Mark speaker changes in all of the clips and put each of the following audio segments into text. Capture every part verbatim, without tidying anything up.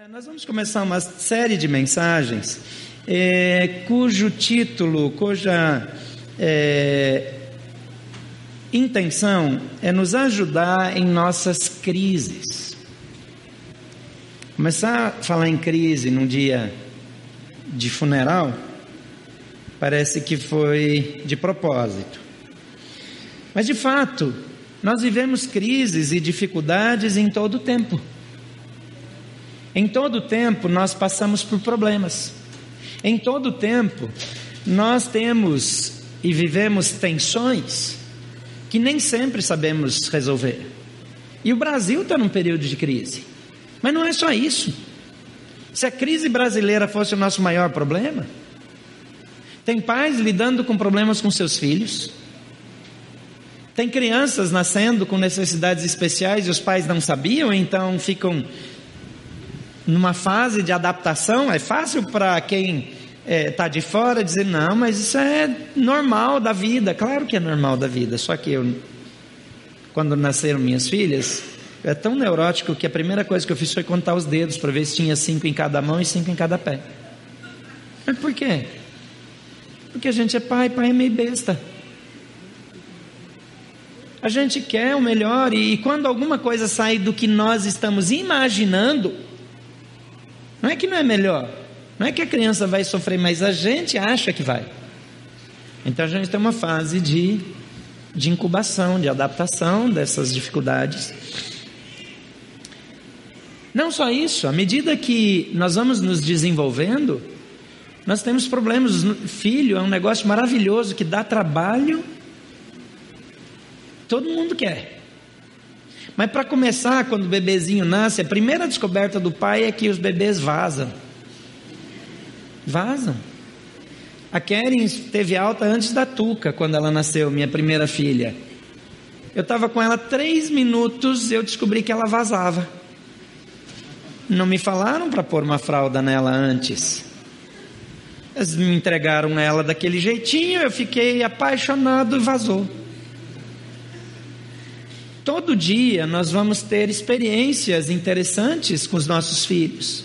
Speaker 1: Nós vamos começar uma série de mensagens é, cujo título, cuja é, intenção é nos ajudar em nossas crises. Começar a falar em crise num dia de funeral parece que foi de propósito, mas de fato nós vivemos crises e dificuldades em todo o tempo. Em todo o tempo nós passamos por problemas. Em todo o tempo nós temos e vivemos tensões que nem sempre sabemos resolver. E o Brasil está num período de crise. Mas não é só isso. Se a crise brasileira fosse o nosso maior problema, tem pais lidando com problemas com seus filhos, tem crianças nascendo com necessidades especiais e os pais não sabiam, então ficam numa fase de adaptação. É fácil para quem está é, de fora dizer, não, mas isso é normal da vida. Claro que é normal da vida, só que eu, quando nasceram minhas filhas, eu era tão neurótico que a primeira coisa que eu fiz foi contar os dedos para ver se tinha cinco em cada mão e cinco em cada pé. Mas por quê? Porque a gente é pai, pai é meio besta. A gente quer o melhor, e, e quando alguma coisa sai do que nós estamos imaginando, não é que não é melhor, não é que a criança vai sofrer, mas a gente acha que vai. Então a gente tem uma fase de, de incubação, de adaptação dessas dificuldades. Não só isso, à medida que nós vamos nos desenvolvendo, nós temos problemas. Filho é um negócio maravilhoso que dá trabalho, todo mundo quer. Mas para começar, quando o bebezinho nasce, a primeira descoberta do pai é que os bebês vazam. Vazam. A Keren teve alta antes da Tuca, quando ela nasceu, minha primeira filha. Eu estava com ela três minutos e eu descobri que ela vazava. Não me falaram para pôr uma fralda nela antes. Eles me entregaram ela daquele jeitinho, eu fiquei apaixonado e vazou. Todo dia nós vamos ter experiências interessantes com os nossos filhos.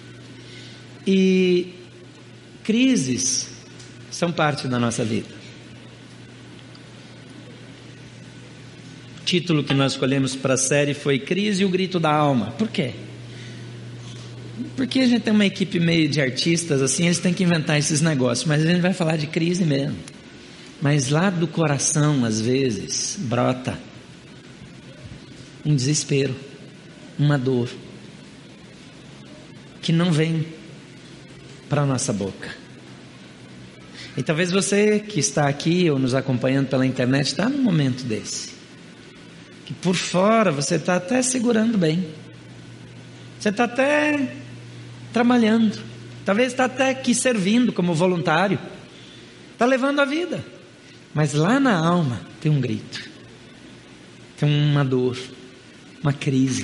Speaker 1: E crises são parte da nossa vida. O título que nós escolhemos para a série foi Crise e o Grito da Alma. Por quê? Porque a gente tem uma equipe meio de artistas, assim, eles têm que inventar esses negócios, mas a gente vai falar de crise mesmo. Mas lá do coração, às vezes, brota um desespero, uma dor, que não vem para a nossa boca. E talvez você que está aqui ou nos acompanhando pela internet está num momento desse, que por fora você está até segurando bem, você está até trabalhando, talvez está até aqui servindo como voluntário, está levando a vida, mas lá na alma tem um grito, tem uma dor, uma crise.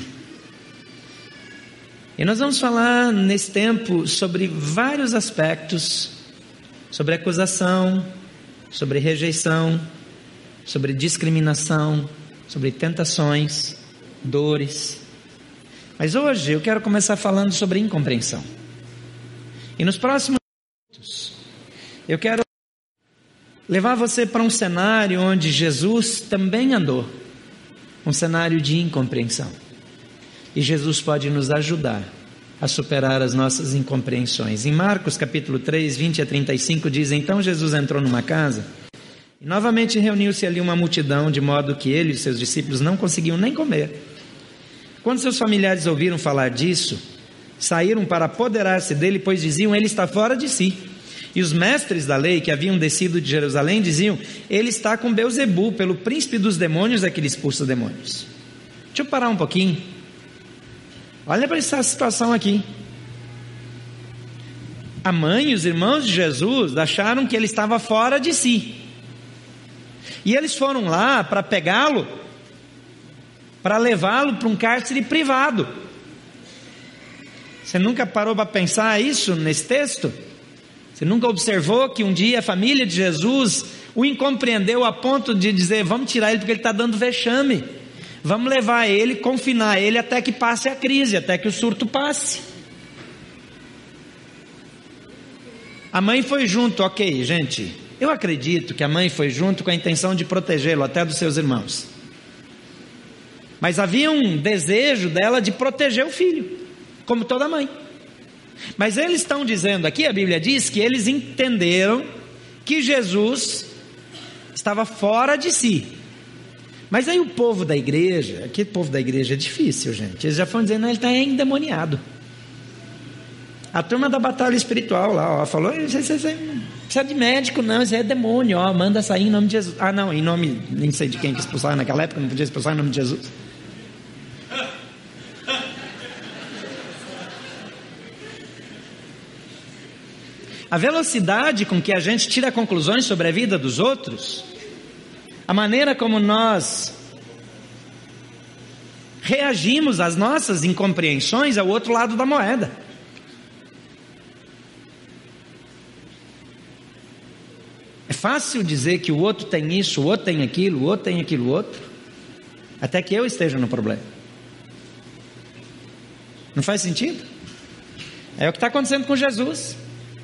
Speaker 1: E nós vamos falar nesse tempo sobre vários aspectos, sobre acusação, sobre rejeição, sobre discriminação, sobre tentações, dores. Mas hoje eu quero começar falando sobre incompreensão. E nos próximos minutos eu quero levar você para um cenário onde Jesus também andou. Um cenário de incompreensão. E Jesus pode nos ajudar a superar as nossas incompreensões. Em Marcos capítulo três, vinte a trinta e cinco diz: então Jesus entrou numa casa e novamente reuniu-se ali uma multidão, de modo que ele e seus discípulos não conseguiam nem comer. Quando seus familiares ouviram falar disso, saíram para apoderar-se dele, pois diziam: ele está fora de si. E os mestres da lei que haviam descido de Jerusalém diziam: ele está com Beelzebul, pelo príncipe dos demônios é que ele expulsa demônios. Deixa eu parar um pouquinho. Olha para essa situação aqui. A mãe e os irmãos de Jesus acharam que ele estava fora de si. E eles foram lá para pegá-lo, para levá-lo para um cárcere privado. Você nunca parou para pensar isso nesse texto? Você nunca observou que um dia a família de Jesus o incompreendeu a ponto de dizer: vamos tirar ele porque ele está dando vexame, vamos levar ele, confinar ele até que passe a crise, até que o surto passe. A mãe foi junto, ok, gente. Eu acredito que a mãe foi junto com a intenção de protegê-lo até dos seus irmãos. Mas havia um desejo dela de proteger o filho, como toda mãe. Mas eles estão dizendo aqui, a Bíblia diz que eles entenderam que Jesus estava fora de si. Mas aí o povo da igreja, aquele povo da igreja é difícil, gente. Eles já foram dizendo, não, ele está endemoniado. A turma da batalha espiritual lá, ó, falou, você, você, você não precisa de médico não, isso é demônio, ó, manda sair em nome de Jesus. Ah não, em nome, nem sei de quem que expulsar naquela época, não podia expulsar em nome de Jesus. A velocidade com que a gente tira conclusões sobre a vida dos outros, a maneira como nós reagimos às nossas incompreensões é o outro lado da moeda. É fácil dizer que o outro tem isso, o outro tem aquilo, o outro tem aquilo outro, até que eu esteja no problema. Não faz sentido? É o que está acontecendo com Jesus.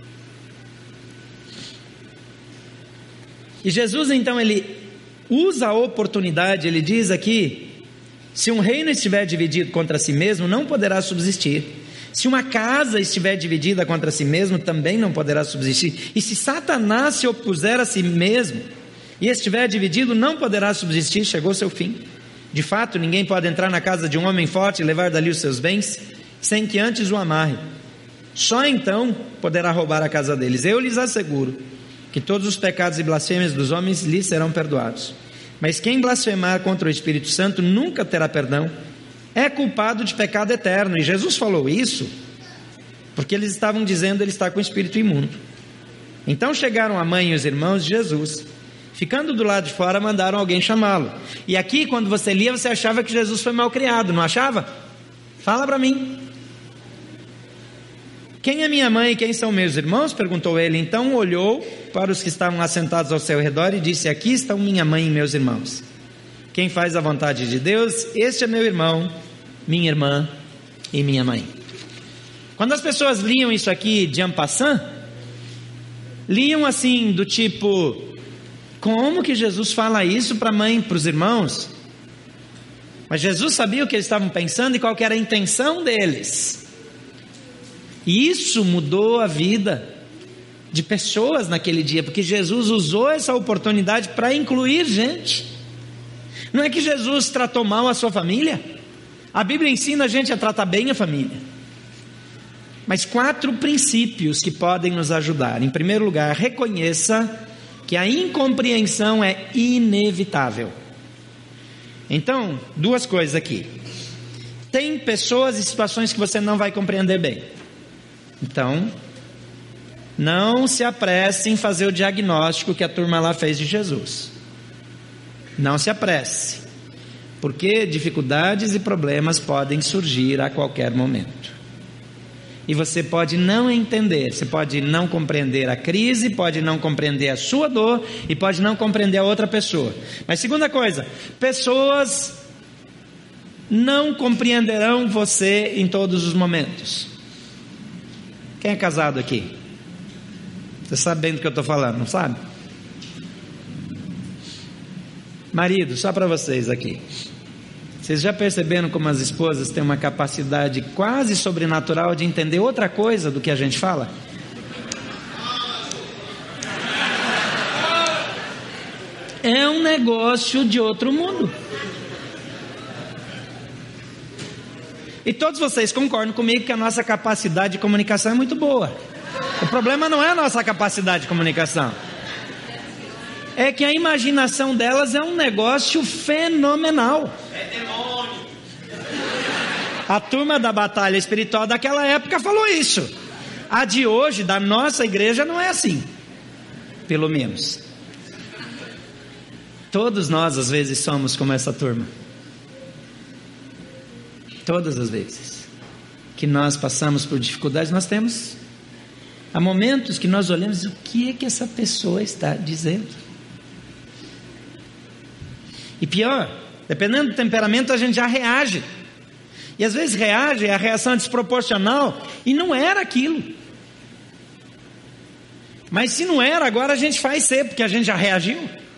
Speaker 1: E Jesus então ele usa a oportunidade, ele diz aqui, se um reino estiver dividido contra si mesmo, não poderá subsistir. Se uma casa estiver dividida contra si mesmo, também não poderá subsistir. E se Satanás se opuser a si mesmo, e estiver dividido, não poderá subsistir, chegou seu fim. De fato, ninguém pode entrar na casa de um homem forte e levar dali os seus bens, sem que antes o amarre. Só então poderá roubar a casa deles. Eu lhes asseguro que todos os pecados e blasfêmias dos homens lhes serão perdoados. Mas quem blasfemar contra o Espírito Santo nunca terá perdão, é culpado de pecado eterno. E Jesus falou isso porque eles estavam dizendo ele está com o espírito imundo. Então chegaram a mãe e os irmãos de Jesus, ficando do lado de fora, mandaram alguém chamá-lo. E aqui, quando você lia, você achava que Jesus foi mal criado, não achava? Fala para mim. Quem é minha mãe e quem são meus irmãos? Perguntou ele. Então olhou para os que estavam assentados ao seu redor e disse, aqui estão minha mãe e meus irmãos. Quem faz a vontade de Deus, este é meu irmão, minha irmã e minha mãe. Quando as pessoas liam isso aqui de en passant, liam assim do tipo, como que Jesus fala isso para a mãe e para os irmãos? Mas Jesus sabia o que eles estavam pensando e qual que era a intenção deles. E isso mudou a vida de pessoas naquele dia, porque Jesus usou essa oportunidade para incluir gente. Não é que Jesus tratou mal a sua família. A Bíblia ensina a gente a tratar bem a família. Mas quatro princípios que podem nos ajudar. Em primeiro lugar, reconheça que a incompreensão é inevitável. Então, duas coisas aqui. Tem pessoas e situações que você não vai compreender bem. Então, não se apresse em fazer o diagnóstico que a turma lá fez de Jesus. Não se apresse, porque dificuldades e problemas podem surgir a qualquer momento. E você pode não entender, você pode não compreender a crise, pode não compreender a sua dor e pode não compreender a outra pessoa. Mas segunda coisa, pessoas não compreenderão você em todos os momentos. Quem é casado aqui? Você sabe bem do que eu estou falando, não sabe? Marido, só para vocês aqui. Vocês já perceberam como as esposas têm uma capacidade quase sobrenatural de entender outra coisa do que a gente fala? É um negócio de outro mundo. E todos vocês concordam comigo que a nossa capacidade de comunicação é muito boa. O problema não é a nossa capacidade de comunicação. É que a imaginação delas é um negócio fenomenal. É demônio. A turma da batalha espiritual daquela época falou isso. A de hoje, da nossa igreja, não é assim. Pelo menos. Todos nós, às vezes, somos como essa turma. Todas as vezes que nós passamos por dificuldades, nós temos. Há momentos que nós olhamos, o que é que essa pessoa está dizendo? E pior, dependendo do temperamento, a gente já reage. E às vezes reage, a reação é desproporcional, e não era aquilo. Mas se não era, agora a gente faz ser, porque a gente já reagiu.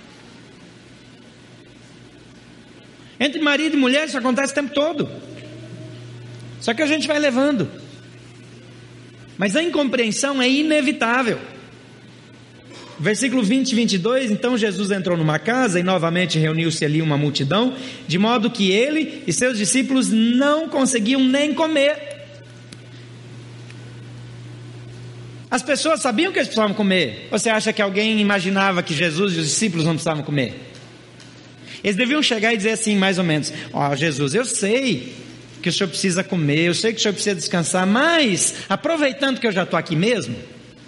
Speaker 1: Entre marido e mulher isso acontece o tempo todo. Só que a gente vai levando. Mas a incompreensão é inevitável. Versículo vinte e vinte e dois, então Jesus entrou numa casa e novamente reuniu-se ali uma multidão, de modo que ele e seus discípulos não conseguiam nem comer. As pessoas sabiam que eles precisavam comer. Você acha que alguém imaginava que Jesus e os discípulos não precisavam comer? Eles deviam chegar e dizer assim, mais ou menos: ó, oh, Jesus, eu sei que o senhor precisa comer, eu sei que o senhor precisa descansar, mas aproveitando que eu já estou aqui mesmo,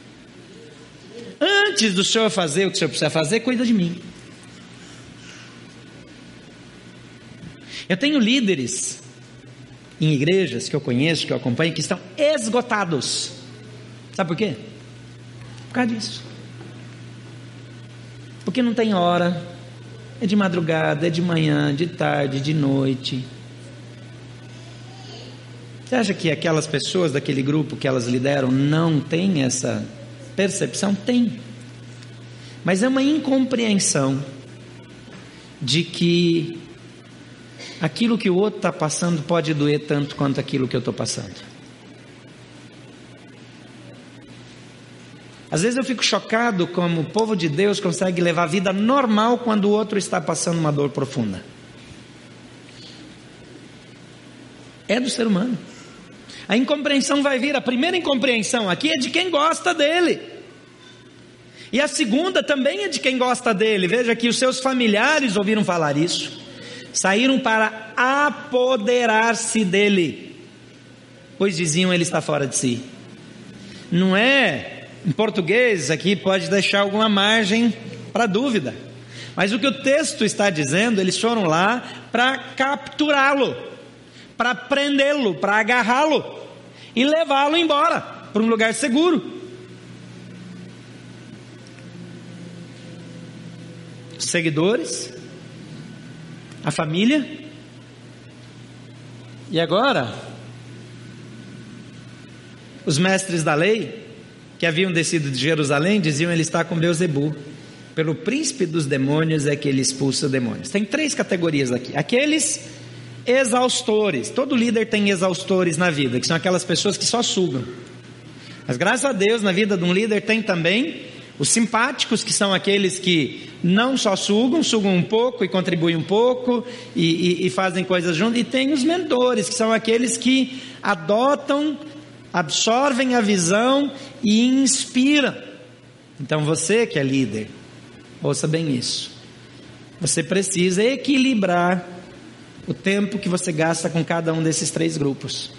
Speaker 1: antes do senhor fazer o que o senhor precisa fazer, cuida de mim. Eu tenho líderes em igrejas que eu conheço, que eu acompanho, que estão esgotados. Sabe por quê? Por causa disso. Porque não tem hora, é de madrugada, é de manhã, de tarde, de noite. Você acha que aquelas pessoas daquele grupo que elas lideram não têm essa percepção? Tem. Mas é uma incompreensão de que aquilo que o outro está passando pode doer tanto quanto aquilo que eu estou passando. Às vezes eu fico chocado como o povo de Deus consegue levar a vida normal quando o outro está passando uma dor profunda. É do ser humano. A incompreensão vai vir. A primeira incompreensão aqui é de quem gosta dele. E a segunda também é de quem gosta dele. Veja que os seus familiares ouviram falar isso. Saíram para apoderar-se dele, pois diziam: ele está fora de si. Não é... Em português aqui pode deixar alguma margem para dúvida, mas o que o texto está dizendo, eles foram lá para capturá-lo, para prendê-lo, para agarrá-lo e levá-lo embora para um lugar seguro. Os seguidores, a família, e agora os mestres da lei, que haviam descido de Jerusalém, diziam: ele está com Beelzebu, pelo príncipe dos demônios é que ele expulsa demônios. Tem três categorias aqui: aqueles exaustores. Todo líder tem exaustores na vida, que são aquelas pessoas que só sugam. Mas graças a Deus, na vida de um líder tem também os simpáticos, que são aqueles que não só sugam, sugam um pouco e contribuem um pouco e, e, e fazem coisas juntos. E tem os mentores, que são aqueles que adotam, absorvem a visão e inspiram. Então você que é líder, ouça bem isso, você precisa equilibrar o tempo que você gasta com cada um desses três grupos.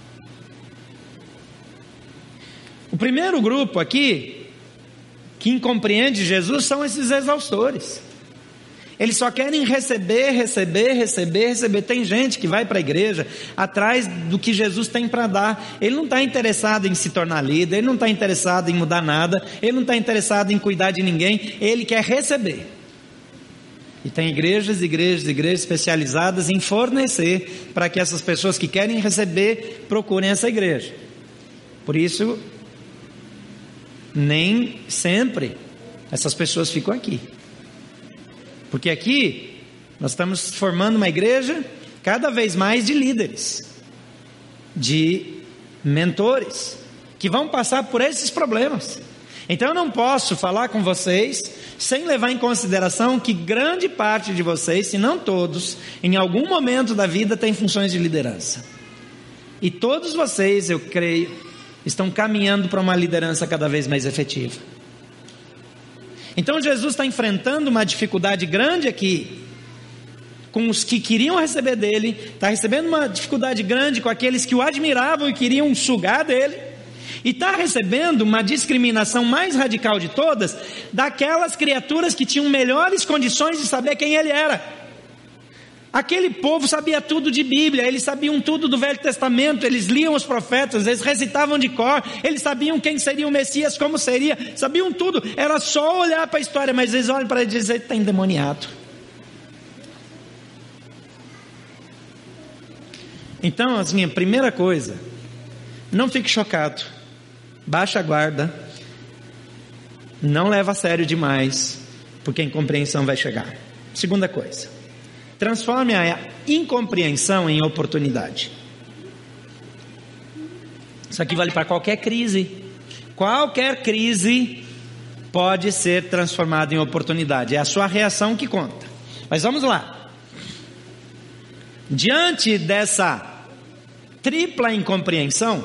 Speaker 1: O primeiro grupo aqui, que incompreende Jesus, são esses exaustores. Eles só querem receber, receber, receber, receber. Tem gente que vai para a igreja atrás do que Jesus tem para dar. Ele não está interessado em se tornar líder, ele não está interessado em mudar nada, ele não está interessado em cuidar de ninguém, ele quer receber. E tem igrejas, igrejas, igrejas especializadas em fornecer para que essas pessoas que querem receber procurem essa igreja. Por isso, nem sempre essas pessoas ficam aqui. Porque aqui nós estamos formando uma igreja cada vez mais de líderes, de mentores, que vão passar por esses problemas. Então eu não posso falar com vocês sem levar em consideração que grande parte de vocês, se não todos, em algum momento da vida tem funções de liderança. E todos vocês, eu creio, estão caminhando para uma liderança cada vez mais efetiva. Então Jesus está enfrentando uma dificuldade grande aqui com os que queriam receber dele, está recebendo uma dificuldade grande com aqueles que o admiravam e queriam sugar dele, e está recebendo uma discriminação mais radical de todas, daquelas criaturas que tinham melhores condições de saber quem ele era. Aquele povo sabia tudo de Bíblia, eles sabiam tudo do Velho Testamento, eles liam os profetas, eles recitavam de cor, eles sabiam quem seria o Messias, como seria, sabiam tudo, era só olhar para a história, mas eles olham para ele e dizem: está endemoniado. Então, assim, a primeira coisa, não fique chocado, baixa a guarda, não leva a sério demais, porque a incompreensão vai chegar. Segunda coisa, transforme a incompreensão em oportunidade. Isso aqui vale para qualquer crise. Qualquer crise pode ser transformada em oportunidade. É a sua reação que conta. Mas vamos lá. Diante dessa tripla incompreensão,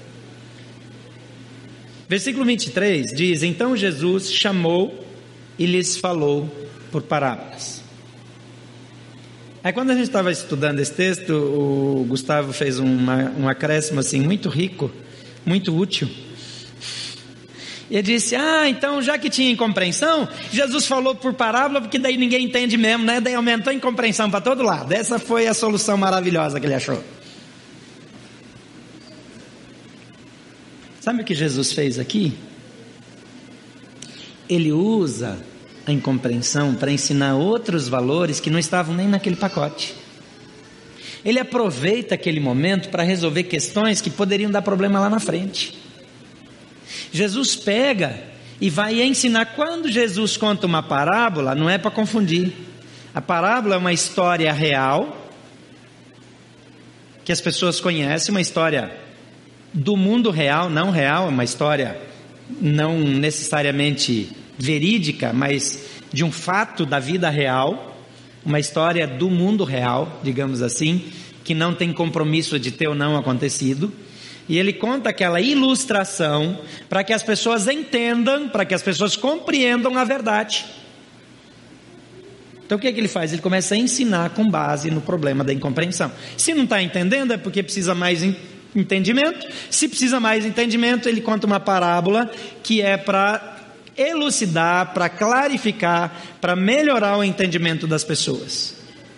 Speaker 1: versículo vinte e três diz: então Jesus chamou e lhes falou por parábolas. Aí quando a gente estava estudando esse texto, o Gustavo fez uma, um acréscimo assim muito rico, muito útil. Ele disse: ah, então já que tinha incompreensão, Jesus falou por parábola, porque daí ninguém entende mesmo, né? Daí aumentou a incompreensão para todo lado. Essa foi a solução maravilhosa que ele achou. Sabe o que Jesus fez aqui? Ele usa a incompreensão para ensinar outros valores que não estavam nem naquele pacote. Ele aproveita aquele momento para resolver questões que poderiam dar problema lá na frente. Jesus pega e vai ensinar. Quando Jesus conta uma parábola, não é para confundir. A parábola é uma história real, que as pessoas conhecem, uma história do mundo real, não real, é uma história não necessariamente verídica, mas de um fato da vida real, uma história do mundo real, digamos assim, que não tem compromisso de ter ou não acontecido. E ele conta aquela ilustração para que as pessoas entendam, para que as pessoas compreendam a verdade. Então o que é que ele faz? Ele começa a ensinar com base no problema da incompreensão. Se não está entendendo é porque precisa mais entendimento. Se precisa mais entendimento, ele conta uma parábola que é para elucidar, para clarificar, para melhorar o entendimento das pessoas.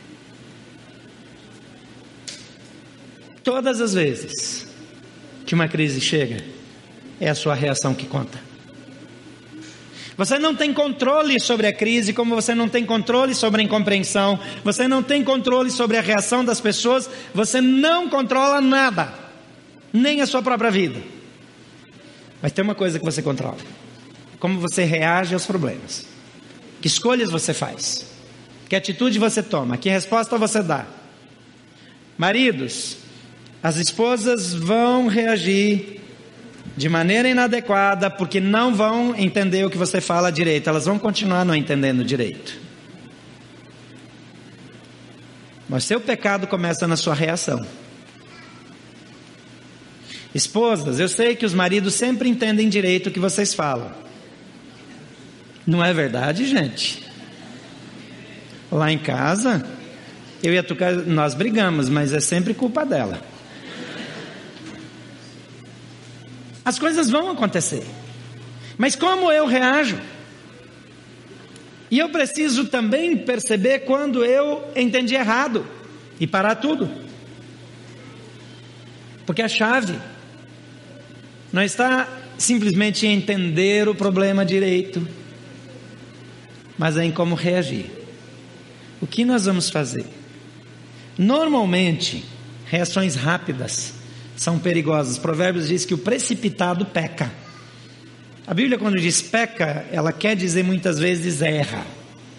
Speaker 1: Todas as vezes que uma crise chega, é a sua reação que conta. Você não tem controle sobre a crise, como você não tem controle sobre a incompreensão, você não tem controle sobre a reação das pessoas, você não controla nada, nem a sua própria vida. Mas tem uma coisa que você controla: como você reage aos problemas, que escolhas você faz, que atitude você toma, que resposta você dá. Maridos, as esposas vão reagir de maneira inadequada, porque não vão entender o que você fala direito, elas vão continuar não entendendo direito. Mas seu pecado começa na sua reação. Esposas, eu sei que os maridos sempre entendem direito o que vocês falam. Não é verdade, gente? Lá em casa, eu e a Tuca, nós brigamos, mas é sempre culpa dela. As coisas vão acontecer, mas como eu reajo? E eu preciso também perceber quando eu entendi errado e parar tudo, porque a chave não está simplesmente em entender o problema direito, mas é em como reagir. O que nós vamos fazer? Normalmente, reações rápidas são perigosas. Provérbios diz que o precipitado peca. A Bíblia, quando diz peca, ela quer dizer muitas vezes erra.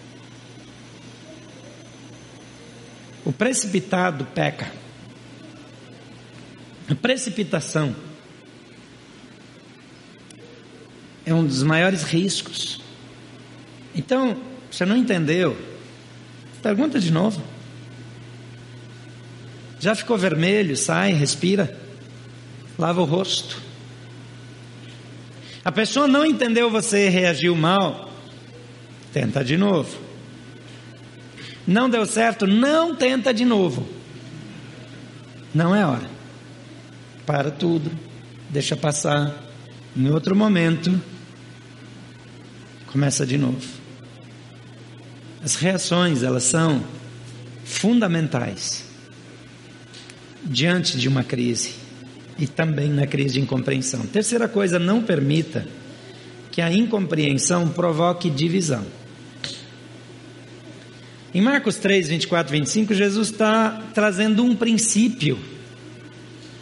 Speaker 1: O precipitado peca. A precipitação é um dos maiores riscos. Então, você não entendeu? Pergunta de novo. Já ficou vermelho? Sai, respira. Lava o rosto. A pessoa não entendeu, você reagiu mal, tenta de novo. Não deu certo, não tenta de novo. Não é hora. Para tudo, deixa passar. Em outro momento, começa de novo. As reações, elas são fundamentais diante de uma crise e também na crise de incompreensão. Terceira coisa, não permita que a incompreensão provoque divisão. Em Marcos três, vinte e quatro, vinte e cinco, Jesus está trazendo um princípio.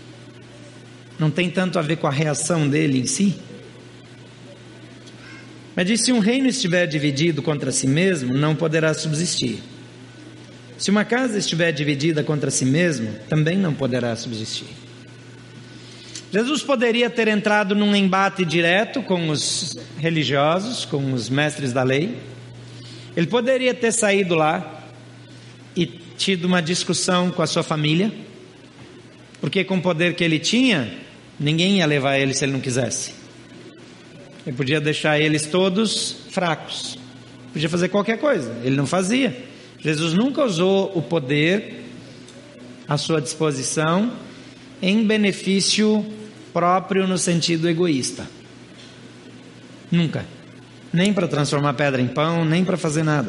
Speaker 1: Não tem tanto a ver com a reação dele em si, Mas diz: se um reino estiver dividido contra si mesmo, não poderá subsistir. Se uma casa estiver dividida contra si mesmo, também não poderá subsistir. Jesus poderia ter entrado num embate direto com os religiosos, com os mestres da lei. Ele poderia ter saído lá e tido uma discussão com a sua família, porque com o poder que ele tinha, ninguém ia levar ele se ele não quisesse. Ele podia deixar eles todos fracos, podia fazer qualquer coisa, ele não fazia. Jesus nunca usou o poder à sua disposição em benefício próprio no sentido egoísta. Nunca. Nem para transformar pedra em pão, nem para fazer nada.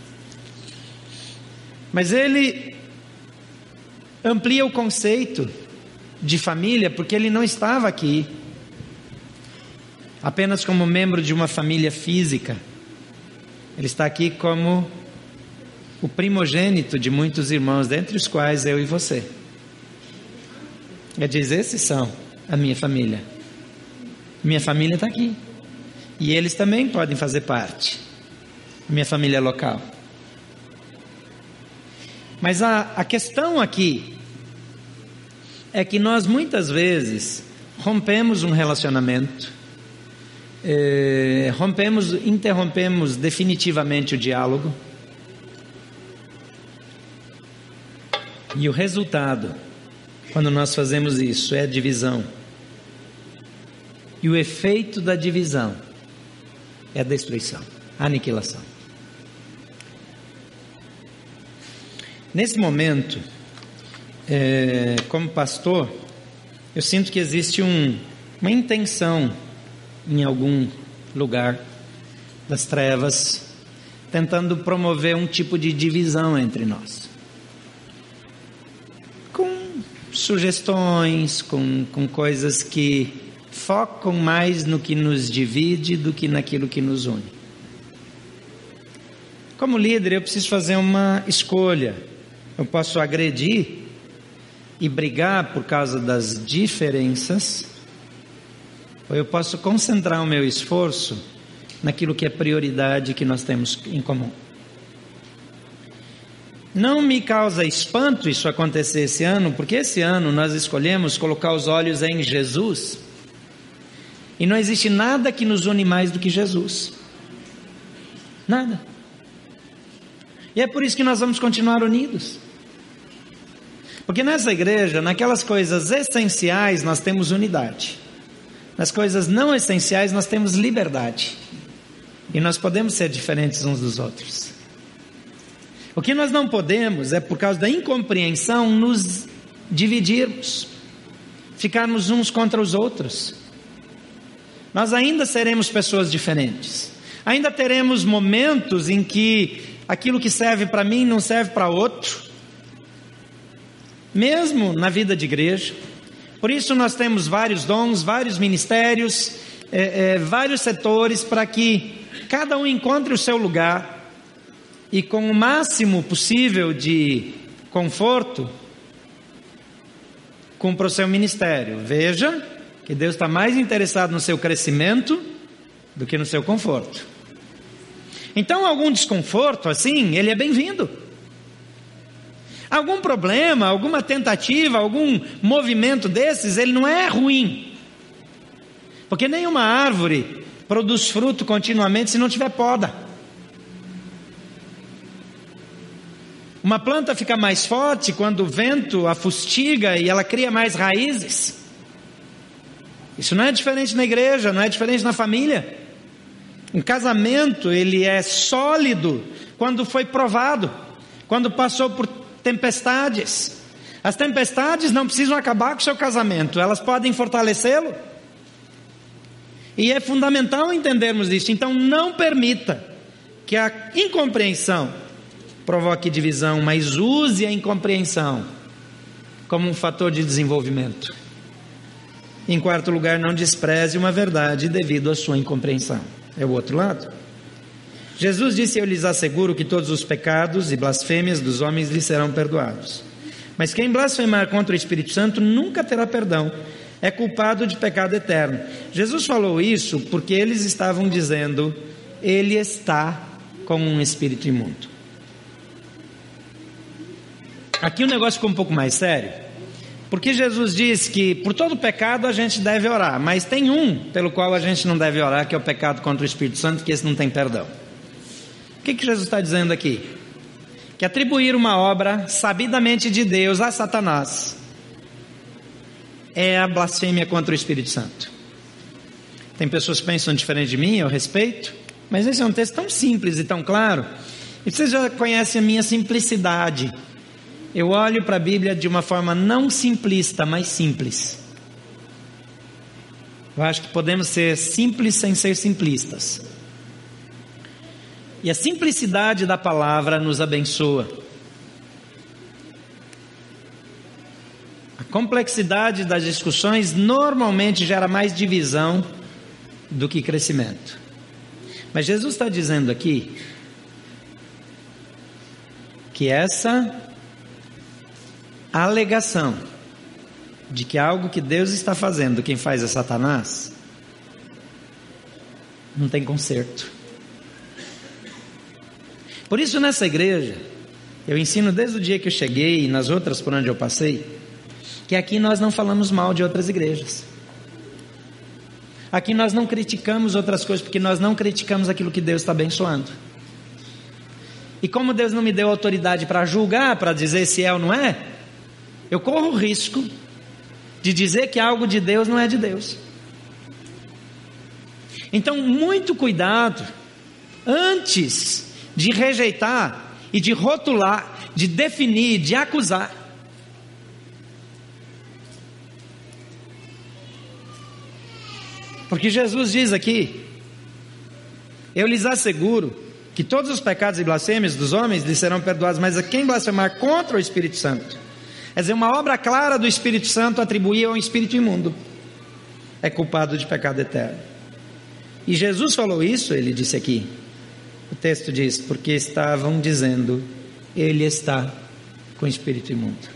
Speaker 1: Mas ele amplia o conceito de família, porque ele não estava aqui apenas como membro de uma família física. Ele está aqui como o primogênito de muitos irmãos, dentre os quais eu e você. Ele diz: esses são a minha família. Minha família está aqui. E eles também podem fazer parte. Minha família local. Mas a, a questão aqui é que nós muitas vezes rompemos um relacionamento, eh, rompemos, interrompemos definitivamente o diálogo. E o resultado, quando nós fazemos isso, é a divisão. E o efeito da divisão é a destruição, a aniquilação. Nesse momento, é, como pastor, eu sinto que existe um, uma intenção em algum lugar das trevas, tentando promover um tipo de divisão entre nós. Com sugestões, com, com coisas que focam mais no que nos divide do que naquilo que nos une. Como líder, eu preciso fazer uma escolha. Eu posso agredir e brigar por causa das diferenças, ou eu posso concentrar o meu esforço naquilo que é prioridade que nós temos em comum. Não me causa espanto isso acontecer esse ano, porque esse ano nós escolhemos colocar os olhos em Jesus. E não existe nada que nos une mais do que Jesus. Nada. E é por isso que nós vamos continuar unidos. Porque nessa igreja, naquelas coisas essenciais, nós temos unidade. Nas coisas não essenciais, nós temos liberdade. E nós podemos ser diferentes uns dos outros. O que nós não podemos é, por causa da incompreensão, nos dividirmos, ficarmos uns contra os outros. Nós ainda seremos pessoas diferentes. Ainda teremos momentos em que aquilo que serve para mim não serve para outro. Mesmo na vida de igreja. Por isso nós temos vários dons, vários ministérios, é, é, vários setores, para que cada um encontre o seu lugar e com o máximo possível de conforto cumpra o seu ministério. Veja que Deus está mais interessado no seu crescimento do que no seu conforto. Então algum desconforto assim, ele é bem-vindo. Algum problema, alguma tentativa, algum movimento desses, ele não é ruim. Porque nenhuma árvore produz fruto continuamente se não tiver poda. Uma planta fica mais forte quando o vento a fustiga e ela cria mais raízes. Isso não é diferente na igreja, não é diferente na família. Um casamento, ele é sólido quando foi provado, quando passou por tempestades. As tempestades não precisam acabar com o seu casamento, elas podem fortalecê-lo. E é fundamental entendermos isso. Então não permita que a incompreensão provoque divisão, mas use a incompreensão como um fator de desenvolvimento. Em quarto lugar, não despreze uma verdade devido à sua incompreensão. É o outro lado. Jesus disse: eu lhes asseguro que todos os pecados e blasfêmias dos homens lhes serão perdoados. Mas quem blasfemar contra o Espírito Santo nunca terá perdão, é culpado de pecado eterno. Jesus falou isso porque eles estavam dizendo: ele está com um espírito imundo. Aqui o negócio ficou um pouco mais sério, porque Jesus diz que por todo pecado a gente deve orar, mas tem um pelo qual a gente não deve orar, que é o pecado contra o Espírito Santo, que esse não tem perdão. O que que Jesus está dizendo aqui? Que atribuir uma obra sabidamente de Deus a Satanás é a blasfêmia contra o Espírito Santo. Tem pessoas que pensam diferente de mim, eu respeito, mas esse é um texto tão simples e tão claro, e vocês já conhecem a minha simplicidade. Eu olho para a Bíblia de uma forma não simplista, mas simples. Eu acho que podemos ser simples sem ser simplistas. E a simplicidade da palavra nos abençoa. A complexidade das discussões normalmente gera mais divisão do que crescimento. Mas Jesus está dizendo aqui que essa a alegação de que algo que Deus está fazendo, quem faz é Satanás, não tem conserto. Por isso nessa igreja, eu ensino desde o dia que eu cheguei e nas outras por onde eu passei, que aqui nós não falamos mal de outras igrejas. Aqui nós não criticamos outras coisas, porque nós não criticamos aquilo que Deus está abençoando. E como Deus não me deu autoridade para julgar, para dizer se é ou não é, eu corro o risco de dizer que algo de Deus não é de Deus. Então, muito cuidado antes de rejeitar e de rotular, de definir, de acusar. Porque Jesus diz aqui: eu lhes asseguro que todos os pecados e blasfêmias dos homens lhes serão perdoados, mas a quem blasfemar contra o Espírito Santo, quer dizer, uma obra clara do Espírito Santo atribuir a um espírito imundo, é culpado de pecado eterno. E Jesus falou isso, ele disse aqui, o texto diz, porque estavam dizendo: ele está com espírito imundo.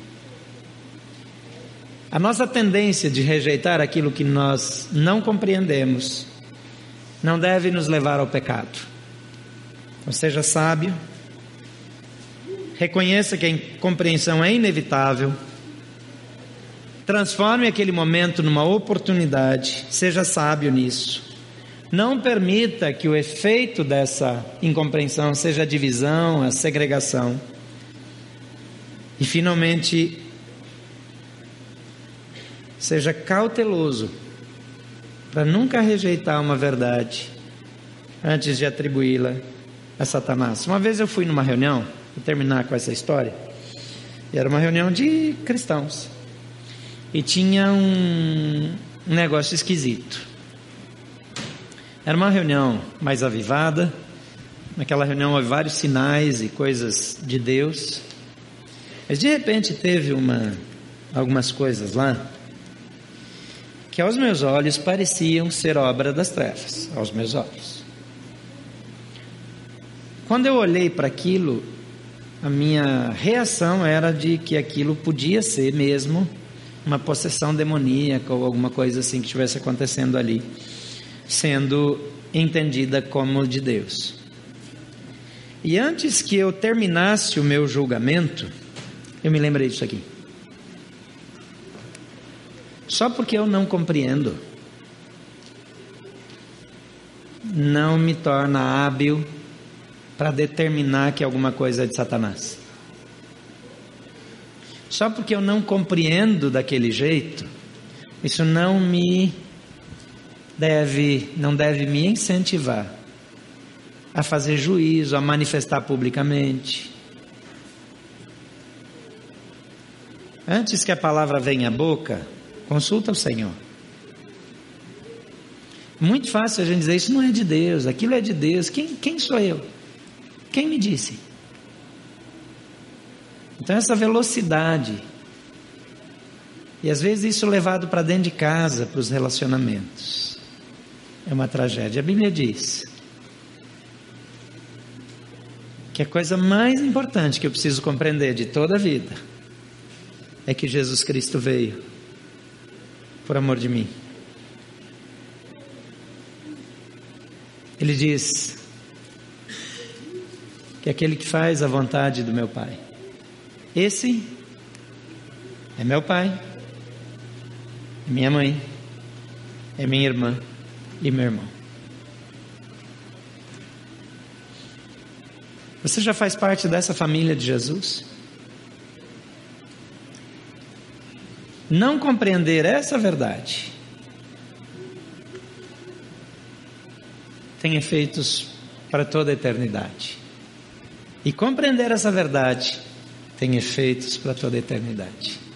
Speaker 1: A nossa tendência de rejeitar aquilo que nós não compreendemos não deve nos levar ao pecado. Então seja sábio, reconheça que a incompreensão é inevitável, transforme aquele momento numa oportunidade, seja sábio nisso. Não permita que o efeito dessa incompreensão seja a divisão, a segregação. E finalmente, seja cauteloso para nunca rejeitar uma verdade antes de atribuí-la a Satanás. Uma vez eu fui numa reunião, vou terminar com essa história, e era uma reunião de cristãos, e tinha um, um negócio esquisito. Era uma reunião mais avivada. Naquela reunião houve vários sinais e coisas de Deus, mas de repente teve uma, algumas coisas lá que aos meus olhos pareciam ser obra das trevas, aos meus olhos. Quando eu olhei para aquilo, a minha reação era de que aquilo podia ser mesmo uma possessão demoníaca ou alguma coisa assim que estivesse acontecendo ali, sendo entendida como de Deus. E antes que eu terminasse o meu julgamento, eu me lembrei disso aqui. Só porque eu não compreendo, não me torna hábil para determinar que alguma coisa é de Satanás. Só porque eu não compreendo daquele jeito, isso não me deve, não deve me incentivar a fazer juízo, a manifestar publicamente. Antes que a palavra venha à boca, consulta o Senhor. Muito fácil a gente dizer: isso não é de Deus, aquilo é de Deus. Quem, quem sou eu? Quem me disse? Então essa velocidade, e às vezes isso levado para dentro de casa, para os relacionamentos, é uma tragédia. A Bíblia diz que a coisa mais importante que eu preciso compreender de toda a vida é que Jesus Cristo veio por amor de mim. Ele diz que aquele que faz a vontade do meu Pai, esse é meu pai, é minha mãe, é minha irmã e meu irmão. Você já faz parte dessa família de Jesus? Não compreender essa verdade tem efeitos para toda a eternidade. E compreender essa verdade tem efeitos para toda a eternidade.